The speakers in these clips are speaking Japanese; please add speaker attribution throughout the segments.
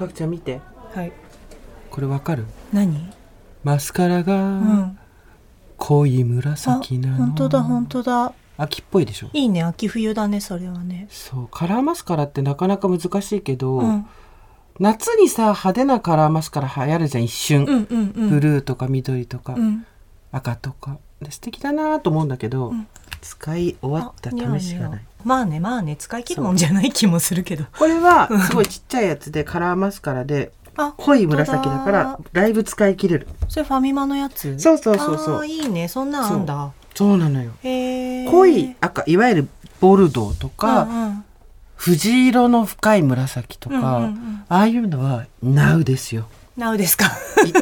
Speaker 1: さくちゃん見て。
Speaker 2: はい。
Speaker 1: これわかる？
Speaker 2: 何？
Speaker 1: マスカラが濃い紫なの。
Speaker 2: 本当だ本当だ。
Speaker 1: 秋っぽいでしょ。
Speaker 2: いいね、秋冬だねそれはね。
Speaker 1: そう、カラーマスカラってなかなか難しいけど、夏にさ派手なカラーマスカラ流行るじゃん一瞬、ブルーとか緑とか、赤とかで素敵だなと思うんだけど、使い終わった試しがない。
Speaker 2: まあね使い切るもんじゃない気もするけど、
Speaker 1: これはすごいちっちゃいやつでカラーマスカラで濃い紫だからだいぶ使い切れる。
Speaker 2: それファミマのやつ？
Speaker 1: そう。
Speaker 2: いいね、そんなんあんだ。
Speaker 1: そうなのよ。濃い赤、いわゆるボルドーとか、藤色の深い紫とか、ああいうのはナウですよ。
Speaker 2: ナウですか。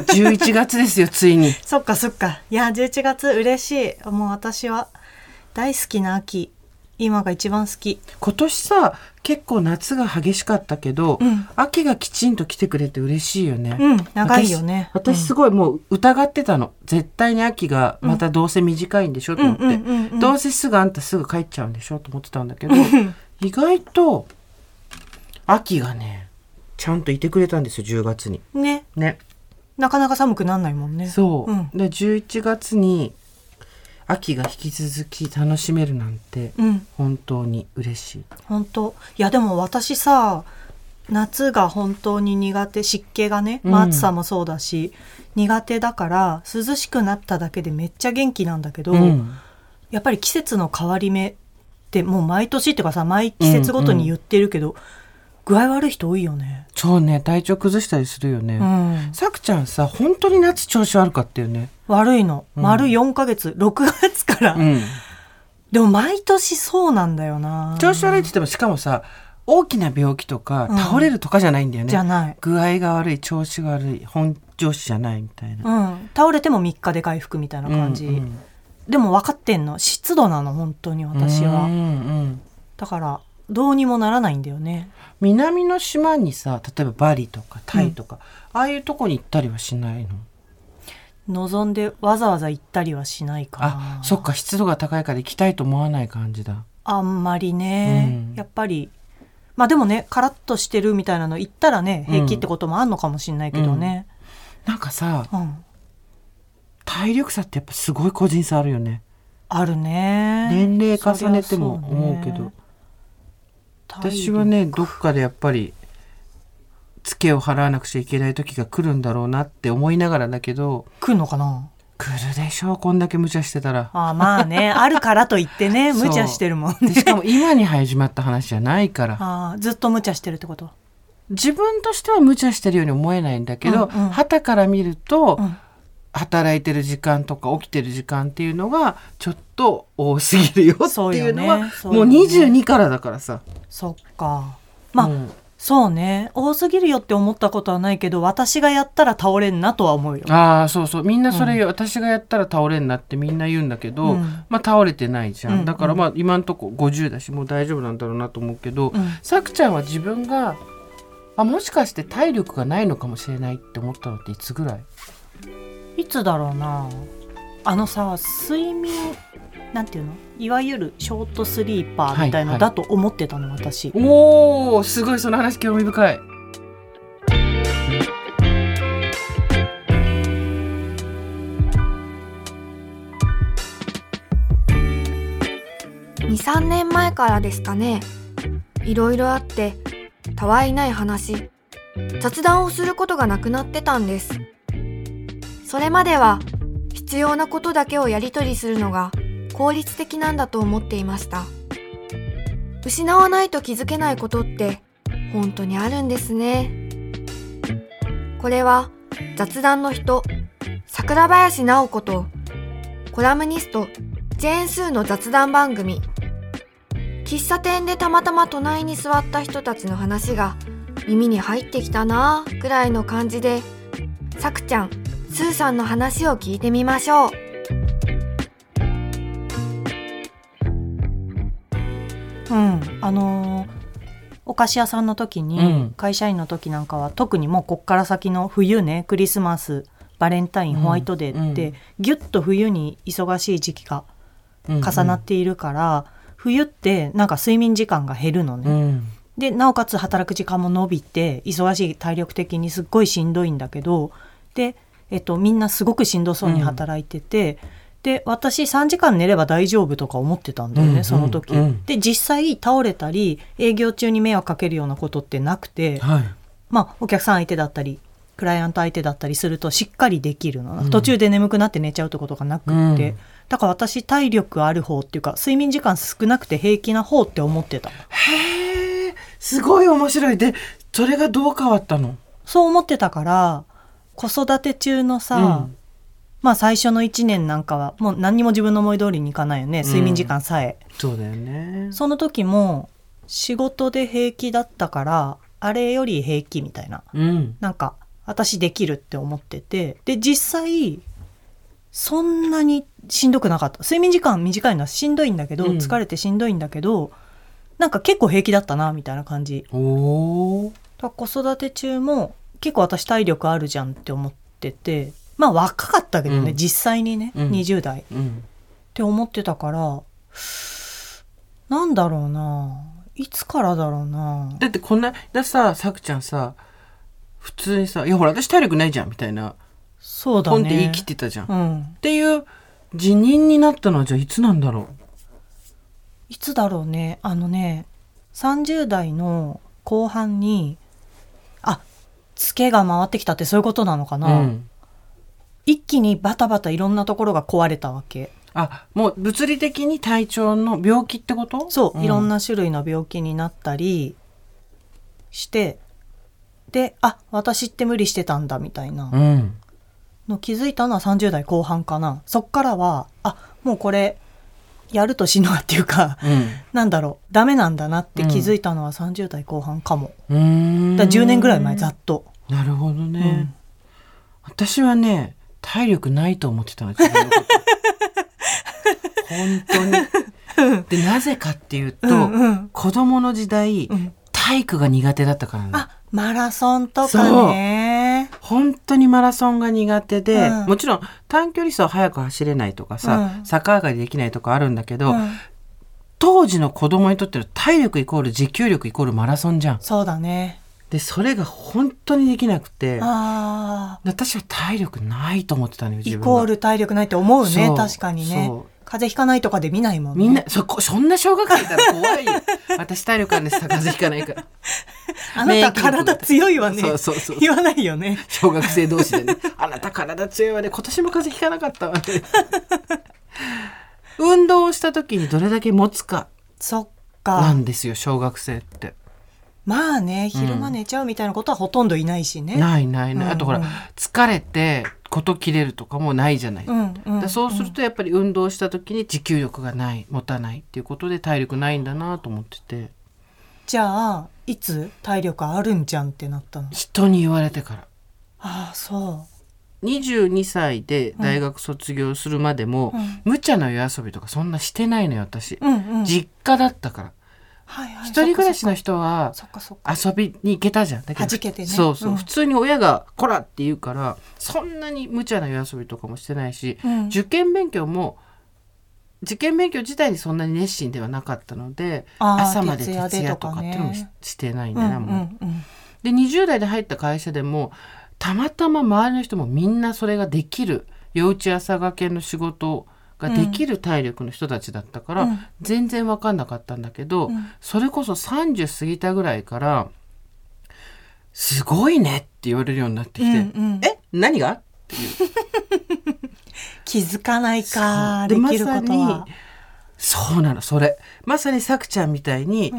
Speaker 1: 11月ですよついに。
Speaker 2: そっか。いや11月嬉しい。もう私は大好きな秋、今が一番好き。
Speaker 1: 今年さ結構夏が激しかったけど、秋がきちんと来てくれて嬉しいよね。
Speaker 2: 長いよね。
Speaker 1: 私すごいもう疑ってたの。絶対に秋がまたどうせ短いんでしょと思って、どうせあんたすぐ帰っちゃうんでしょと思ってたんだけど、意外と秋がねちゃんといてくれたんですよ10月にね。
Speaker 2: なかなか寒くなんないもんね。
Speaker 1: そう、で11月に秋が引き続き楽しめるなんて、本当に嬉しい。
Speaker 2: 本当。いやでも私さ、夏が本当に苦手、湿気がね、暑さもそうだし苦手だから、涼しくなっただけでめっちゃ元気なんだけど、やっぱり季節の変わり目ってもう毎年っていうかさ、毎季節ごとに言ってるけど、具合悪い人多いよね。
Speaker 1: そうね、体調崩したりするよね。さくちゃんさ本当に夏調子悪かったよね。
Speaker 2: 悪いの、丸4ヶ月、6月から、でも毎年そうなんだよな。
Speaker 1: 調子悪いって言ってもしかもさ大きな病気とか、倒れるとかじゃないんだよね。
Speaker 2: じゃない。
Speaker 1: 具合が悪い、調子が悪い、本調子じゃないみたいな、
Speaker 2: 倒れても3日で回復みたいな感じ、でも分かってんの、湿度なの本当に私は、だからどうにもならないんだよね。
Speaker 1: 南の島にさ、例えばバリとかタイとか、ああいうとこに行ったりはしないの？
Speaker 2: 望んでわざわざ行ったりはしないかな。
Speaker 1: そっか、湿度が高いから行きたいと思わない感じだ。
Speaker 2: あんまりね、やっぱりまあでもね、カラッとしてるみたいなの行ったらね平気ってこともあんのかもしれないけどね、
Speaker 1: なんかさ、体力差ってやっぱすごい個人差あるよね。
Speaker 2: あるね。
Speaker 1: 年齢重ねても思うけど、私はねどっかでやっぱりツケを払わなくちゃいけない時が来るんだろうなって思いながらだけど、
Speaker 2: 来るのかな？
Speaker 1: 来るでしょう、こんだけ無茶してたら。
Speaker 2: まあね、あるからといってね無茶してるもんね。
Speaker 1: しかも今に始まった話じゃないから。
Speaker 2: ずっと無茶してるってこと？
Speaker 1: 自分としては無茶してるように思えないんだけど、傍から見ると、働いてる時間とか起きてる時間っていうのがちょっと多すぎるよっていうのはもう22からだからさ。
Speaker 2: そっか、まあ、そうね、多すぎるよって思ったことはないけど、私がやったら倒れんなとは思うよ。そうみんなそれ、私がやったら倒れんなってみんな言うんだけど、まあ倒れてないじゃん、だからまあ今んとこ50だしもう大丈夫なんだろうなと思うけど、さくちゃんは自分がもしかして体力がないのかもしれないって思ったのっていつぐらい？ いつだろうな。さ、睡眠なんていうの、いわゆるショートスリーパーみたいのだと思ってたの、私。
Speaker 1: おー、すごい、その話興味深い。
Speaker 3: 2、3年前からですかね。いろいろあってたわいない話、雑談をすることがなくなってたんです。それまでは必要なことだけをやり取りするのが効率的なんだと思っていました。失わないと気づけないことって本当にあるんですね。これは雑談の人、桜林直子とコラムニストジェーン・スーの雑談番組。喫茶店でたまたま隣に座った人たちの話が耳に入ってきたなぁくらいの感じで、さくちゃん、スーさんの話を聞いてみましょう。
Speaker 2: お菓子屋さんの時に、会社員の時なんかは特にもうこっから先の冬ね、クリスマス、バレンタイン、ホワイトデーって、ギュッと冬に忙しい時期が重なっているから、冬ってなんか睡眠時間が減るのね、 でなおかつ働く時間も伸びて忙しい、体力的にすっごいしんどいんだけど、で、みんなすごくしんどそうに働いてて、で私3時間寝れば大丈夫とか思ってたんだよね、その時、で実際倒れたり営業中に迷惑かけるようなことってなくて、はい、お客さん相手だったりクライアント相手だったりするとしっかりできるの、途中で眠くなって寝ちゃうってことがなくって、だから私体力ある方っていうか睡眠時間少なくて平気な方って思ってた。
Speaker 1: へー、すごい面白い。でそれがどう変わったの？
Speaker 2: そう思ってたから、子育て中のさ、最初の1年なんかはもう何にも自分の思い通りにいかないよね、睡眠時間さえ、
Speaker 1: そうだよね。
Speaker 2: その時も仕事で平気だったからあれより平気みたいな、なんか私できるって思ってて、で実際そんなにしんどくなかった。睡眠時間短いのはしんどいんだけど、疲れてしんどいんだけどなんか結構平気だったなみたいな感じ。
Speaker 1: お
Speaker 2: だから子育て中も結構私体力あるじゃんって思ってて、若かったけどね、実際にね、20代、って思ってたから、なんだろうな、いつからだろうな。
Speaker 1: だってこんなださ、さくちゃんさ普通にさ、いやほら私体力ないじゃんみたいな、
Speaker 2: そうだね、
Speaker 1: ポンって言い切ってたじゃん、っていう辞任になったのはじゃあいつなんだろう。
Speaker 2: いつだろうね。30代の後半にツケが回ってきたってそういうことなのかな、一気にバタバタいろんなところが壊れたわけ。
Speaker 1: もう物理的に体調の病気ってこと？
Speaker 2: そう、いろんな種類の病気になったりして、で私って無理してたんだみたいなの気づいたのは30代後半かな。そっからはもうこれやると死ぬわっていうか、なんだろう、ダメなんだなって気づいたのは30代後半かも。だから10年ぐらい前、ざっと。
Speaker 1: なるほどね、私はね体力ないと思ってたの自分のこと本当にでなぜかっていうと、子供の時代、体育が苦手だったからね。
Speaker 2: マラソンとかね、
Speaker 1: 本当にマラソンが苦手で、もちろん短距離走速く走れないとかさ、逆上がりできないとかあるんだけど、当時の子供にとっての体力イコール持久力イコールマラソンじゃん。
Speaker 2: そうだね。
Speaker 1: でそれが本当にできなくて、私は体力ないと思ってたのよ、自分が。
Speaker 2: イコール体力ないって思うね。確かにね。風邪ひかないとかで見ないもんね。
Speaker 1: みんなそんな小学生いたら怖いよ私体力あるんです、風邪ひかないから
Speaker 2: あなた体強いわね。
Speaker 1: そう
Speaker 2: 言わないよね、
Speaker 1: 小学生同士でねあなた体強いわね、今年も風邪ひかなかったわね運動をした時にどれだけ持つかなんですよ、小学生って。
Speaker 2: 昼間寝ちゃうみたいなことはほとんどいないしね。
Speaker 1: ない、あとほら、疲れてこと切れるとかもないじゃない、そうするとやっぱり運動した時に持久力がない、持たないっていうことで体力ないんだなと思ってて。
Speaker 2: じゃあいつ体力あるんじゃんってなったの？
Speaker 1: 人に言われてから。
Speaker 2: そう
Speaker 1: 22歳で大学卒業するまでも、無茶な夜遊びとかそんなしてないのよ私、実家だったから。一人暮らしの人は遊びに行けたじゃん。だけど
Speaker 2: 弾けてね。
Speaker 1: 普通に親がこらって言うから、そんなに無茶な夜遊びとかもしてないし、受験勉強自体にそんなに熱心ではなかったので、朝まで徹夜とかっていうのもしてないんだな、で20代で入った会社でもたまたま周りの人もみんなそれができる、夜打ち朝がけの仕事ができる体力の人たちだったから、全然分かんなかったんだけど、それこそ30過ぎたぐらいからすごいねって言われるようになってきて、何がっていう
Speaker 2: 気づかないか、できることは。
Speaker 1: そうなの、それまさにさくちゃんみたいに、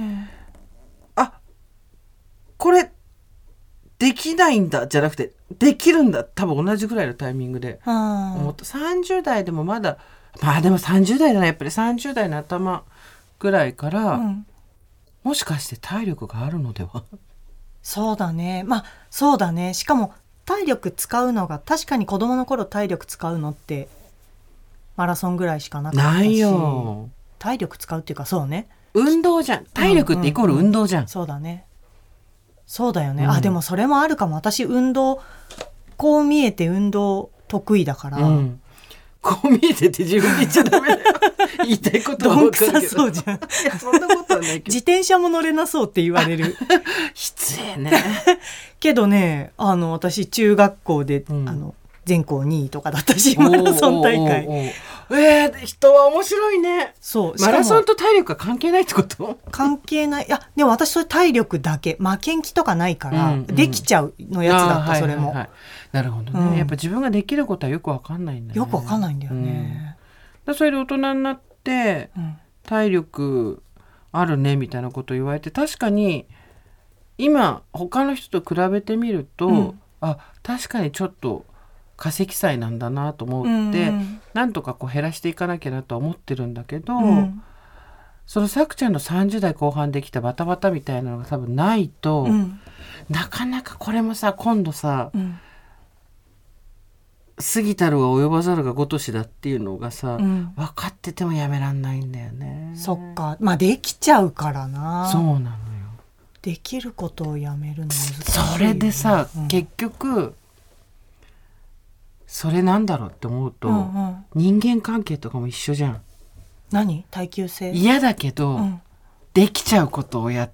Speaker 1: これできないんだじゃなくてできるんだ、多分同じぐらいのタイミングで思った。30代でもまだでも30代だな、やっぱり30代の頭ぐらいから、もしかして体力があるのでは。
Speaker 2: そうだね、そうだね。しかも体力使うのが確かに子供の頃体力使うのってマラソンぐらいしかなかったし。
Speaker 1: ないよ、
Speaker 2: 体力使うっていうか、そうね、
Speaker 1: 運動じゃん。体力ってイコール運動じゃん、
Speaker 2: そうだね、そうだよね、でもそれもあるかも。私こう見えて運動得意だから、
Speaker 1: こう見えてって自分で言っちゃダメだよ言いたいことは
Speaker 2: どんくさそうじゃん。
Speaker 1: いやそんなことはないけど
Speaker 2: 自転車も乗れなそうって言われる
Speaker 1: 失礼ね
Speaker 2: けどね、私中学校で、全校2位とかだったし、マラソン大会。
Speaker 1: 人は面白いね。
Speaker 2: そう。
Speaker 1: マラソンと体力は関係ないってこと？
Speaker 2: 関係ない。いや、でも私それ体力だけ、負けん気とかないから、できちゃうのやつだった、それも。
Speaker 1: なるほどね、やっぱ自分ができることはよくわかんないんだよね。
Speaker 2: よくわかんないんだよね。
Speaker 1: それで大人になって、体力あるねみたいなことを言われて、確かに今他の人と比べてみると、確かにちょっと過積載なんだなと思って、なんとかこう減らしていかなきゃなとは思ってるんだけど、そのさくちゃんの30代後半できたバタバタみたいなのが多分ないと、なかなかこれもさ今度さ、過ぎたるは及ばざるが如しだっていうのがさ、分かっててもやめらんないんだよね。
Speaker 2: そっか、まあできちゃうからな。
Speaker 1: そうなのよ。
Speaker 2: できることをやめるの難しいよね。
Speaker 1: それでさ、結局それなんだろうって思うと、人間関係とかも一緒じゃん。
Speaker 2: 何？耐久性？
Speaker 1: 嫌だけど、できちゃうことをやって、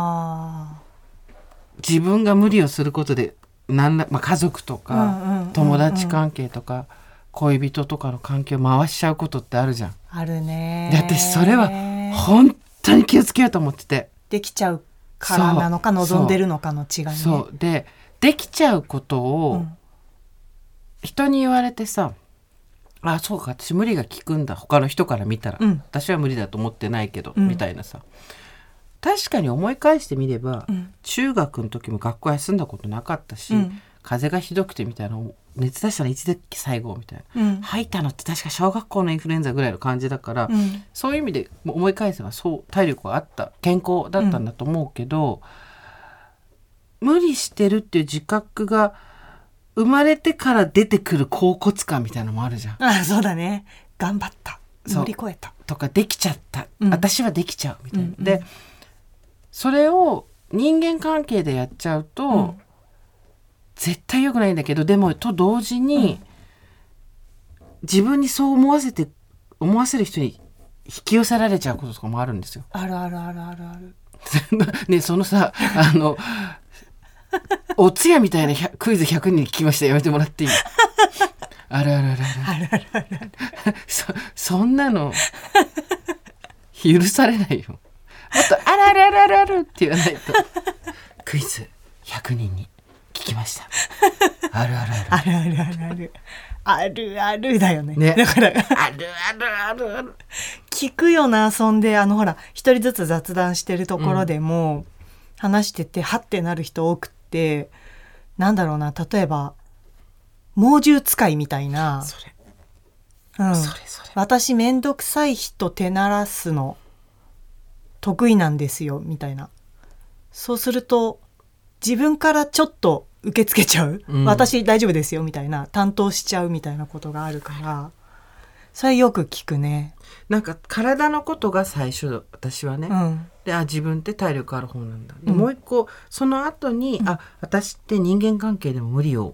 Speaker 1: 自分が無理をすることで家族とか、友達関係とか、恋人とかの関係を回しちゃうことってあるじゃん。
Speaker 2: あるね。
Speaker 1: で私それは本当に気をつけようと思ってて。
Speaker 2: できちゃうからなのか望んでるのかの違いね。
Speaker 1: そうできちゃうことを、人に言われてさ、そうか私無理が効くんだ他の人から見たら、私は無理だと思ってないけど、みたいなさ。確かに思い返してみれば、中学の時も学校休んだことなかったし、風邪がひどくてみたいな、熱出したらいつで最後みたいな、吐いたのって確か小学校のインフルエンザぐらいの感じだから、そういう意味で思い返せばそう体力はあった、健康だったんだと思うけど、無理してるっていう自覚が生まれてから出てくる恍惚感みたいなのもあるじゃん。
Speaker 2: そうだね。頑張った、乗り越えた
Speaker 1: とか、できちゃった、私はできちゃうみたいな、でそれを人間関係でやっちゃうと、絶対良くないんだけど、でもと同時に、自分にそう思わせる人に引き寄せられちゃうこととかもあるんですよ。
Speaker 2: あるあるあるあるある
Speaker 1: ね、そのさお通夜みたいなクイズ100人聞きました。やめてもらっていい？あるあるあるあるあるあるあるそんなの許されないよ。もっとあるあるあるあるあるって言わないと。クイズ100人に聞きました。あるあるあるあるあるあるあるあるあるだよね。だからあるあるあるある
Speaker 2: 聞くよな。そんでほら一人ずつ雑談してるところでも、話しててはってなる人多くって、なんだろうな、例えば猛獣使いみたいな、それ私めんどくさい人手慣らすの得意なんですよみたいな。そうすると自分からちょっと受け付けちゃう、私大丈夫ですよみたいな、担当しちゃうみたいなことがあるから、それよく聞くね。
Speaker 1: なんか体のことが最初、私はね、で自分って体力ある方なんだ、でもう一個その後に、私って人間関係でも無理を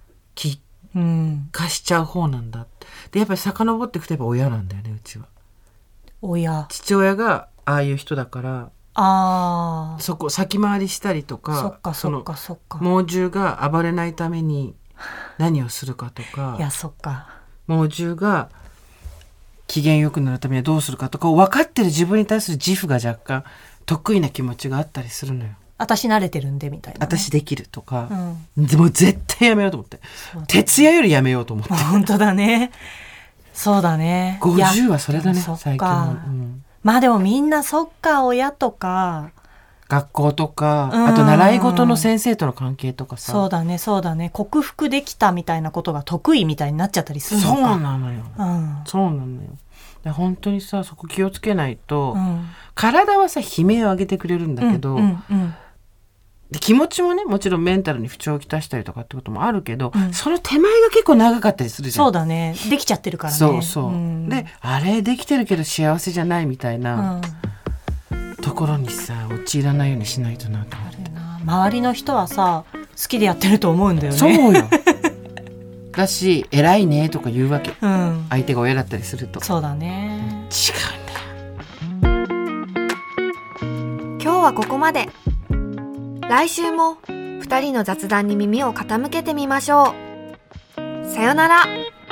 Speaker 1: 化しちゃう方なんだ。でやっぱり遡っていくとやっぱ親なんだよね。うちは父親がああいう人だから、そこ先回りしたりとか、猛獣が暴れないために何をするかとか、猛獣が機嫌よくなるためにはどうするかとかを分かってる自分に対する自負が若干得意な気持ちがあったりするのよ。
Speaker 2: 私慣れてるんでみたいな、
Speaker 1: 私できるとか、でも絶対やめようと思って、徹夜よりやめようと思って。
Speaker 2: 本当だね。そうだね。
Speaker 1: 50はそれだね最近、
Speaker 2: まあでもみんなそっか、親とか
Speaker 1: 学校とか、あと習い事の先生との関係とかさ、
Speaker 2: そうだねそうだね、克服できたみたいなことが得意みたいになっちゃったりするのか。
Speaker 1: そうなのよ、そうなのよ。で本当にさ、そこ気をつけないと、体はさ悲鳴を上げてくれるんだけど、で気持ちもね、もちろんメンタルに不調をきたしたりとかってこともあるけど、その手前が結構長かったりするじゃん。
Speaker 2: そうだね、できちゃってるからね。
Speaker 1: そうそう、であれできてるけど幸せじゃないみたいな、ところにさ陥らないようにしないとなと思って。
Speaker 2: 周りの人はさ好きでやってると思うんだよね。
Speaker 1: そうよだし偉いねとか言うわけ、相手が親だったりすると。
Speaker 2: そうだね。
Speaker 3: 今日はここまで。来週も2人の雑談に耳を傾けてみましょう。さよなら。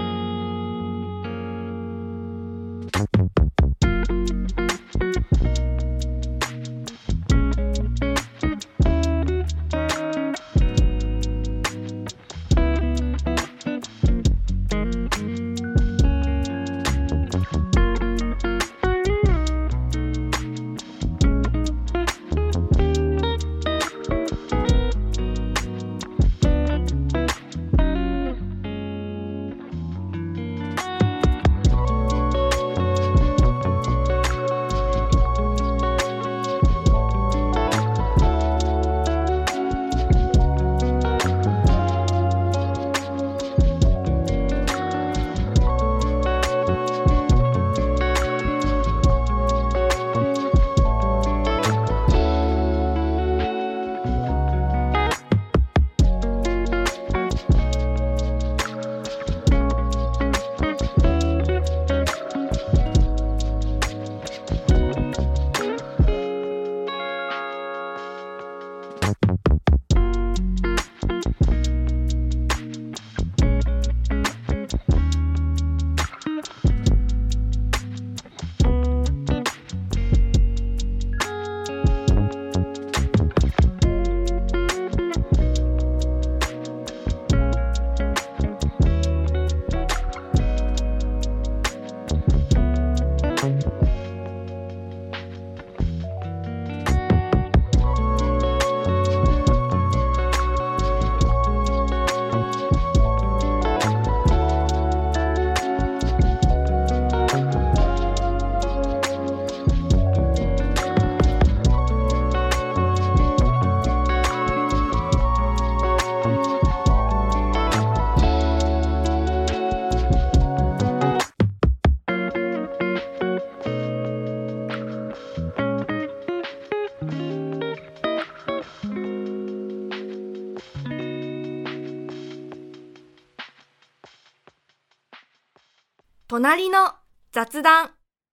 Speaker 3: 隣の雑談。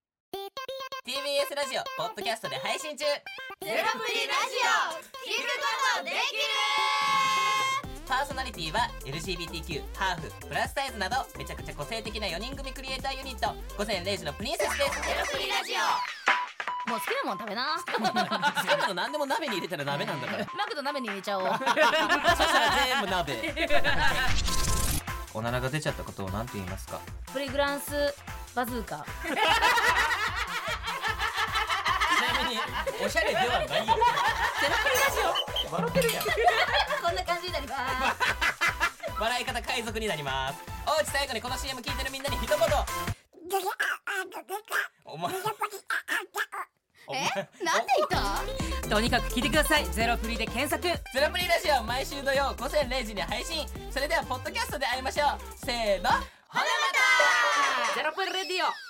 Speaker 4: TBS ラジオポッドキャストで配信中。
Speaker 5: ゼロプリラジオ聞くことできる。
Speaker 4: パーソナリティは LGBTQ、ハーフ、プラスサイズなどめちゃくちゃ個性的な4人組クリエイターユニット午前0時のプリンセスです。
Speaker 5: ゼロプリラジオ。もう好きなもん食べな。
Speaker 4: 好きなの何でも鍋に入れたら鍋なんだから。
Speaker 5: マクド鍋に入れちゃおう。
Speaker 4: そしたら全部鍋。おならが出ちゃったことを何て言いますか？
Speaker 5: プリグランスバズーカ。
Speaker 4: ちなみにおしゃれではないよ。ゼロプリラジオ笑ってるやん。
Speaker 5: こんな感じになります。
Speaker 4: 笑い方海賊になります。おうち最後にこの CM 聞いてるみんなに一言。お前
Speaker 5: なんで言った？とにかく聞いてください。ゼロプリで検索。
Speaker 4: ゼロプリラジオ毎週土曜午前0時に配信。それではポッドキャストで会いましょう。せーの、ほなまた。
Speaker 5: ゼロプリレディオ。